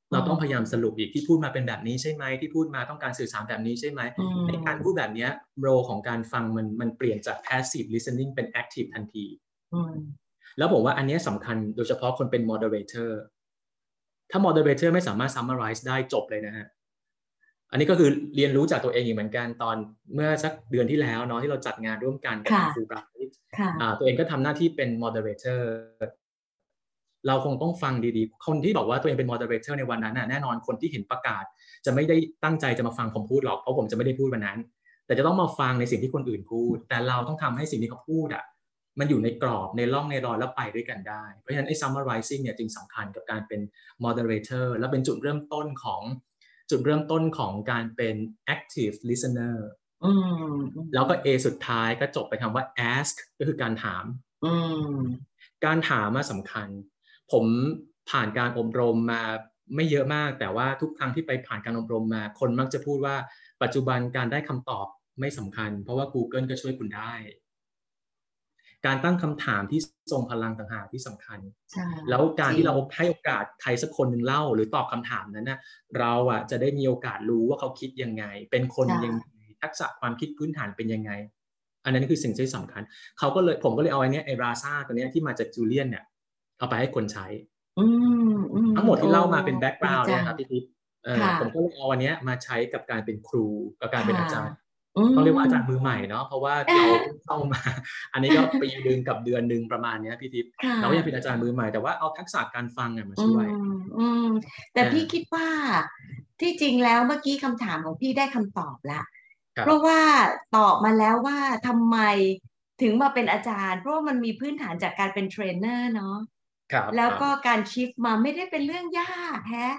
เราต้องพยายามสรุปอีกที่พูดมาเป็นแบบนี้ใช่ไหมที่พูดมาต้องการสื่อสารแบบนี้ใช่ไหมในการพูดแบบนี้โรของการฟังมันเปลี่ยนจาก passive listening เป็น active ทันทีแล้วผมว่าอันนี้สำคัญโดยเฉพาะคนเป็น moderator ถ้า moderator ไม่สามารถ summarize ได้จบเลยนะฮะอันนี้ก็คือเรียนรู้จากตัวเองเหมือนกันตอนเมื่อสักเดือนที่แล้วเนาะที่เราจัดงานร่วมกันกับครูไบรท์ตัวเองก็ทำหน้าที่เป็น moderator เราคงต้องฟังดีๆคนที่บอกว่าตัวเองเป็น moderator ในวันนั้นน่ะแน่นอนคนที่เห็นประกาศจะไม่ได้ตั้งใจจะมาฟังผมพูดหรอกเพราะผมจะไม่ได้พูดวันนั้นแต่จะต้องมาฟังในสิ่งที่คนอื่นพูดแต่เราต้องทำให้สิ่งที่เขาพูดอ่ะมันอยู่ในกรอบในร่องในรอยแล้วไปด้วยกันได้เพราะฉะนั้นไอ้ summarizing เนี่ยจึงสำคัญกับการเป็น moderator และเป็นจุดเริ่มต้นของการเป็น active listener แล้วก็ A สุดท้ายก็จบไปคำว่า ask ก็คือการถามการถามสำคัญผมผ่านการอบรมมาไม่เยอะมากแต่ว่าทุกครั้งที่ไปผ่านการอบรมมาคนมักจะพูดว่าปัจจุบันการได้คำตอบไม่สำคัญเพราะว่า Google ก็ช่วยคุณได้การตั้งคำถามที่ทรงพลังต่างหากที่สำคัญแล้วการที่เราให้โอกาสใครสักคนหนึ่งเล่าหรือตอบคำถามนั้นนะเราจะได้มีโอกาสรู้ว่าเขาคิดยังไงเป็นคนยังไงทักษะความคิดพื้นฐานเป็นยังไงอันนั้นคือสิ่งที่สำคัญผมก็เลยเอาไอ้ราซาตัวนี้ที่มาจากจูเลียนเนี่ยเอาไปให้คนใช้ทั้งหมดที่เล่ามาเป็นแบ็กกราวด์เนี่ยครับพี่ทิพย์ผมก็เลยเอาอันนี้มาใช้กับการเป็นครูกับการเป็นอาจารย์ต้องเรียกว่าอาจารย์มือใหม่เนาะเพราะว่าเราเข้ามาอันนี้ก็ปีนึงกับเดือนนึงประมาณนี้พี่ทิพย์เรายังเป็นอาจารย์มือใหม่แต่ว่าเอาทักษะการฟังมาช่วยแต่พี่คิดว่าที่จริงแล้วเมื่อกี้คำถามของพี่ได้คำตอบละเพราะว่าตอบมาแล้วว่าทำไมถึงมาเป็นอาจารย์เพราะว่ามันมีพื้นฐานจากการเป็นเทรนเนอร์เนาะแล้วก็การชิฟมาไม่ได้เป็นเรื่องยากแฮะ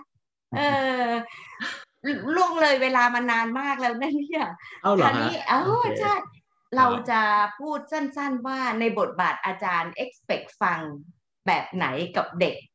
ล่วงเลยเวลามานานมากแล้วนั่นเนี่ยคราวนี้ใช่เราจะพูดสั้นๆว่าในบทบาทอาจารย์ expect ฟังแบบไหนกับเด็ก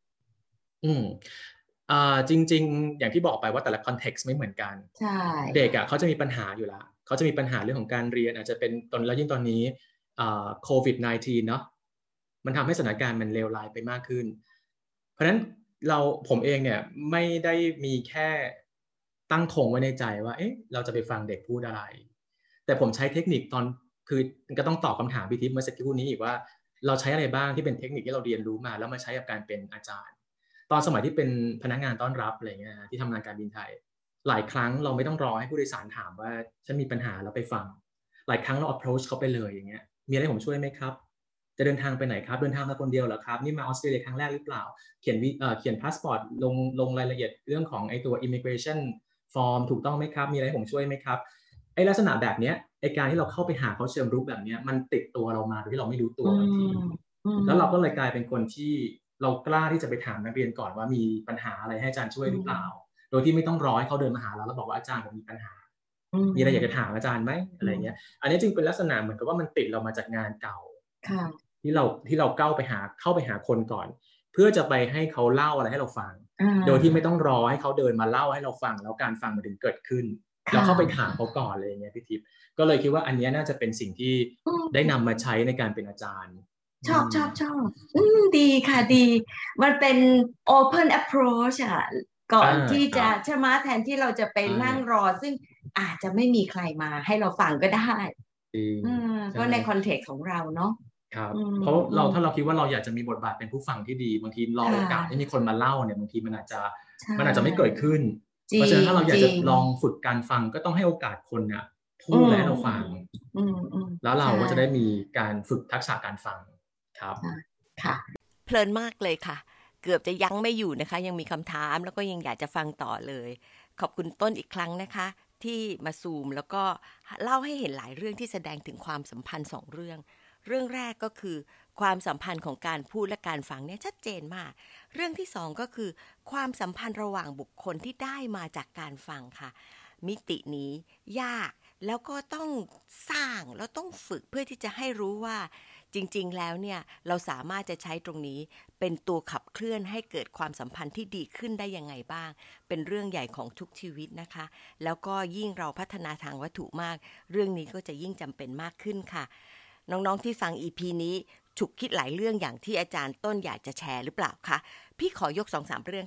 จริงๆอย่างที่บอกไปว่าแต่ละคอนเท็กซ์ไม่เหมือนกันใช่เด็กเขาจะมีปัญหาอยู่แล้วเขาจะมีปัญหาเรื่องของการเรียนอาจจะเป็นแล้วยิ่งตอนนี้โควิด -19 เนาะมันทำให้สถานการณ์มันเลวร้ายไปมากขึ้นเพราะฉะนั้นผมเองเนี่ยไม่ได้มีแค่ตั้งธงไว้ในใจว่าเราจะไปฟังเด็กพูดอะไรแต่ผมใช้เทคนิคคือก็ต้องตอบคำถามพี่ทิพย์เมื่อสักครู่นี้อีกว่าเราใช้อะไรบ้างที่เป็นเทคนิคที่เราเรียนรู้มาแล้วมาใช้กับการเป็นอาจารย์ตอนสมัยที่เป็นพนักงานต้อนรับอะไรเงี้ยที่ทำงานการบินไทยหลายครั้งเราไม่ต้องรอให้ผู้โดยสารถามว่าฉันมีปัญหาแล้วไปฟังหลายครั้งเรา approach เขาไปเลยอย่างเงี้ยมีอะไรผมช่วยไหมครับจะเดินทางไปไหนครับเดินทางมาคนเดียวเหรอครับนี่มาออสเตรเลียครั้งแรกหรือเปล่าเขียนพาสปอร์ตลงรายละเอียดเรื่องของไอ้ตัว immigration form ถูกต้องไหมครับมีอะไรผมช่วยไหมครับไอ้ลักษณะแบบเนี้ยไอ้การที่เราเข้าไปหาเขาเชิงรุกแบบเนี้ยมันติดตัวเรามาโดยที่เราไม่รู้ตัวบางทีแล้วเราก็เลยกลายเป็นคนที่เรากล้าที่จะไปถามนักเรียนก่อนว่ามีปัญหาอะไรให้อาจารย์ช่วยหรือเปล่าโดยที่ไม่ต้องรอให้เขาเดินมาหาเราแล้วบอกว่าอาจารย์ผมมีปัญหามีอะไรอยากจะถามอาจารย์ไหมอะไรเงี้ยอันนี้จึงเป็นลักษณะเหมือนกับว่ามันติดเรามาจากงานเก่าที่เราเข้าไปหาคนก่อนเพื่อจะไปให้เขาเล่าอะไรให้เราฟังโดยที่ไม่ต้องรอให้เขาเดินมาเล่าให้เราฟังแล้วการฟังมันถึงเกิดขึ้นเราเข้าไปถามเขาก่อนเลยเงี้ยพี่ทิพย์ก็เลยคิดว่าอันนี้น่าจะเป็นสิ่งที่ได้นำมาใช้ในการเป็นอาจารย์ชอบดีค่ะดีมันเป็น open approach ก่อนที่จะใช่ไหมแทนที่เราจะไปนั่งรอซึ่งอาจจะไม่มีใครมาให้เราฟังก็ได้ก็ในคอนเทกต์ของเราเนาะครับเพราะถ้าเราคิดว่าเราอยากจะมีบทบาทเป็นผู้ฟังที่ดีบางทีรอโอกาสให้มีคนมาเล่าเนี่ยบางทีมันอาจจะไม่เกิดขึ้นเพราะฉะนั้นถ้าเราอยากจะลองฝึกการฟังก็ต้องให้โอกาสคนเนี่ยพูดและเราฟังแล้วเราก็จะได้มีการฝึกทักษะการฟังครับค่ะเพลินมากเลยค่ะเกือบจะยั้งไม่อยู่นะคะยังมีคำถามแล้วก็ยังอยากจะฟังต่อเลยขอบคุณต้นอีกครั้งนะคะที่มาซูมแล้วก็เล่าให้เห็นหลายเรื่องที่แสดงถึงความสัมพันธ์2เรื่องแรกก็คือความสัมพันธ์ของการพูดและการฟังเนี่ยชัดเจนมากเรื่องที่2ก็คือความสัมพันธ์ระหว่างบุคคลที่ได้มาจากการฟังค่ะมิตินี้ยากแล้วก็ต้องสร้างแล้วต้องฝึกเพื่อที่จะให้รู้ว่าจริงๆแล้วเนี่ยเราสามารถจะใช้ตรงนี้เป็นตัวขับเคลื่อนให้เกิดความสัมพันธ์ที่ดีขึ้นได้ยังไงบ้างเป็นเรื่องใหญ่ของทุกชีวิตนะคะแล้วก็ยิ่งเราพัฒนาทางวัตถุมากเรื่องนี้ก็จะยิ่งจำเป็นมากขึ้นค่ะน้องๆที่ฟัง EP นี้ฉุกคิดหลายเรื่องอย่างที่อาจารย์ต้นอยากจะแชร์หรือเปล่าคะพี่ขอยก 2-3 เรื่องค่ะ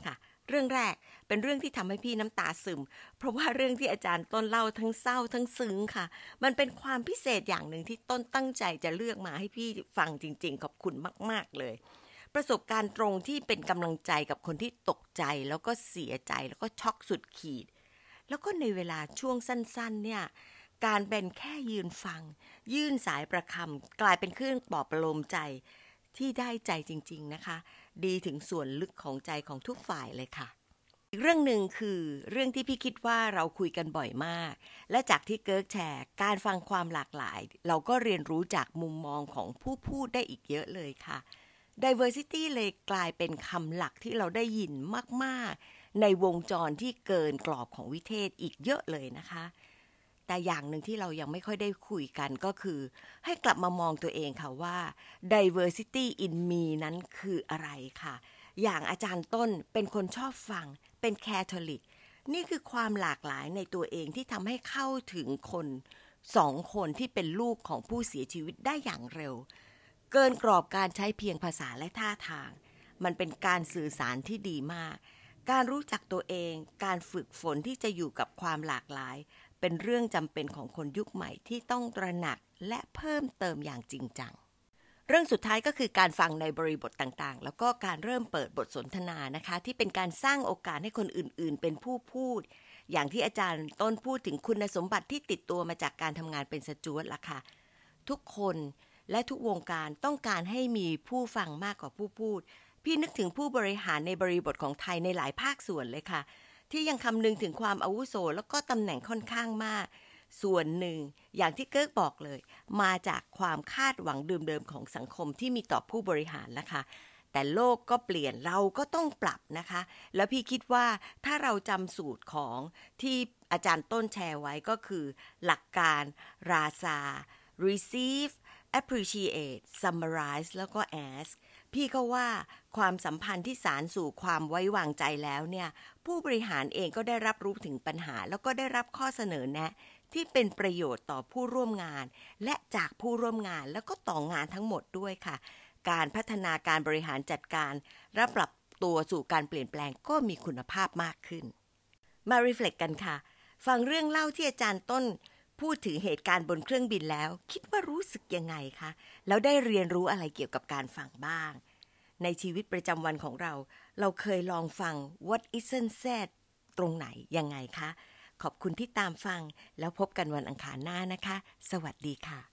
เรื่องแรกเป็นเรื่องที่ทำให้พี่น้ำตาซึมเพราะว่าเรื่องที่อาจารย์ต้นเล่าทั้งเศร้าทั้งซึ้งค่ะมันเป็นความพิเศษอย่างหนึ่งที่ต้นตั้งใจจะเลือกมาให้พี่ฟังจริงๆขอบคุณมากๆเลยประสบการณ์ตรงที่เป็นกำลังใจกับคนที่ตกใจแล้วก็เสียใจแล้วก็ช็อกสุดขีดแล้วก็ในเวลาช่วงสั้นๆเนี่ยการเป็นแค่ยืนฟังยื่นสายประคำกลายเป็นเครื่องปลอบประโลมใจที่ได้ใจจริงๆนะคะดีถึงส่วนลึกของใจของทุกฝ่ายเลยค่ะอีกเรื่องหนึ่งคือเรื่องที่พี่คิดว่าเราคุยกันบ่อยมากและจากที่เกิร์กแชร์การฟังความหลากหลายเราก็เรียนรู้จากมุมมองของผู้พูดได้อีกเยอะเลยค่ะ Diversity เลยกลายเป็นคำหลักที่เราได้ยินมากๆในวงจรที่เกินกรอบของวิเทศอีกเยอะเลยนะคะแต่อย่างหนึ่งที่เรายังไม่ค่อยได้คุยกันก็คือให้กลับมามองตัวเองค่ะว่า diversity in me นั้นคืออะไรค่ะอย่างอาจารย์ต้นเป็นคนชอบฟังเป็นแคทอลิกนี่คือความหลากหลายในตัวเองที่ทำให้เข้าถึงคน2 คนที่เป็นลูกของผู้เสียชีวิตได้อย่างเร็วเกินกรอบการใช้เพียงภาษาและท่าทางมันเป็นการสื่อสารที่ดีมากการรู้จักตัวเองการฝึกฝนที่จะอยู่กับความหลากหลายเป็นเรื่องจำเป็นของคนยุคใหม่ที่ต้องตระหนักและเพิ่มเติมอย่างจริงจังเรื่องสุดท้ายก็คือการฟังในบริบทต่างๆแล้วก็การเริ่มเปิดบทสนทนานะคะที่เป็นการสร้างโอกาสให้คนอื่นๆเป็นผู้พูดอย่างที่อาจารย์ต้นพูดถึงคุณสมบัติที่ติดตัวมาจากการทำงานเป็นสจ๊วตล่ะค่ะทุกคนและทุกวงการต้องการให้มีผู้ฟังมากกว่าผู้พูดพี่นึกถึงผู้บริหารในบริบทของไทยในหลายภาคส่วนเลยค่ะที่ยังคำนึงถึงความอาวุโสแล้วก็ตำแหน่งค่อนข้างมากส่วนหนึ่งอย่างที่เกิร์กบอกเลยมาจากความคาดหวังเดิมๆของสังคมที่มีต่อผู้บริหารนะคะแต่โลกก็เปลี่ยนเราก็ต้องปรับนะคะแล้วพี่คิดว่าถ้าเราจำสูตรของที่อาจารย์ต้นแชร์ไว้ก็คือหลักการราซา receive appreciate summarize แล้วก็ ask พี่ก็ว่าความสัมพันธ์ที่สารสู่ความไว้วางใจแล้วเนี่ยผู้บริหารเองก็ได้รับรู้ถึงปัญหาแล้วก็ได้รับข้อเสนอแนะที่เป็นประโยชน์ต่อผู้ร่วมงานและจากผู้ร่วมงานแล้วก็ต่องานทั้งหมดด้วยค่ะการพัฒนาการบริหารจัดการและปรับตัวสู่การเปลี่ยนแปลงก็มีคุณภาพมากขึ้นมารีเฟล็กกันค่ะฟังเรื่องเล่าที่อาจารย์ต้นพูดถึงเหตุการณ์บนเครื่องบินแล้วคิดว่ารู้สึกยังไงคะแล้วได้เรียนรู้อะไรเกี่ยวกับการฟังบ้างในชีวิตประจำวันของเราเคยลองฟัง What isn't said ตรงไหนยังไงคะขอบคุณที่ตามฟังแล้วพบกันวันอังคารหน้านะคะสวัสดีค่ะ